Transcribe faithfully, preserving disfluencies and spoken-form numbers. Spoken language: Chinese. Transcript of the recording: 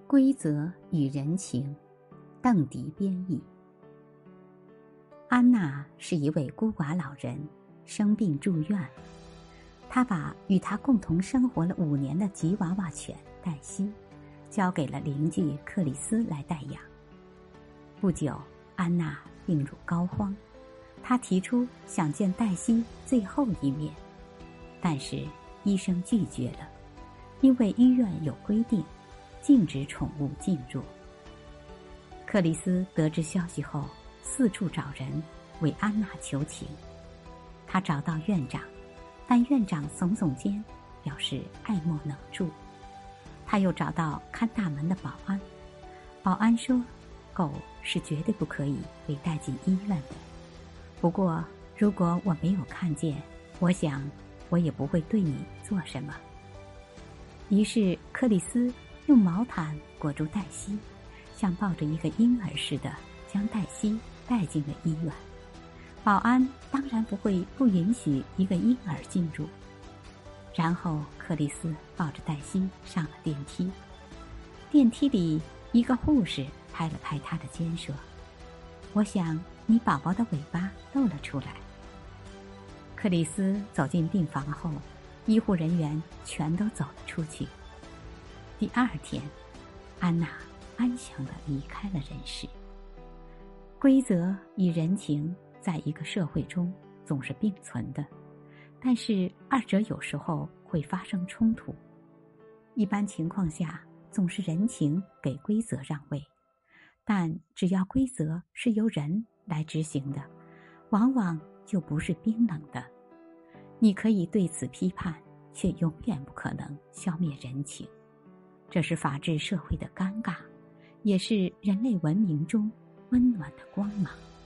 规则与人情，邓迪编译。安娜是一位孤寡老人，生病住院。她把与她共同生活了五年的吉娃娃犬黛西交给了邻居克里斯来代养。不久，安娜病入膏肓，她提出想见黛西最后一面，但是医生拒绝了，因为医院有规定，禁止宠物进入。克里斯得知消息后，四处找人为安娜求情。他找到院长，但院长耸耸肩，表示爱莫能助。他又找到看大门的保安，保安说狗是绝对不可以被带进医院的，不过如果我没有看见，我想我也不会对你做什么。于是克里斯用毛毯裹住黛西，像抱着一个婴儿似的将黛西带进了医院。保安当然不会不允许一个婴儿进入。然后克里斯抱着黛西上了电梯。电梯里一个护士拍了拍他的肩说，我想你宝宝的尾巴露了出来。克里斯走进病房后，医护人员全都走了出去。第二天，安娜安详地离开了人世。规则与人情在一个社会中总是并存的，但是二者有时候会发生冲突。一般情况下，总是人情给规则让位，但只要规则是由人来执行的，往往就不是冰冷的。你可以对此批判，却永远不可能消灭人情。这是法治社会的尴尬，也是人类文明中温暖的光芒。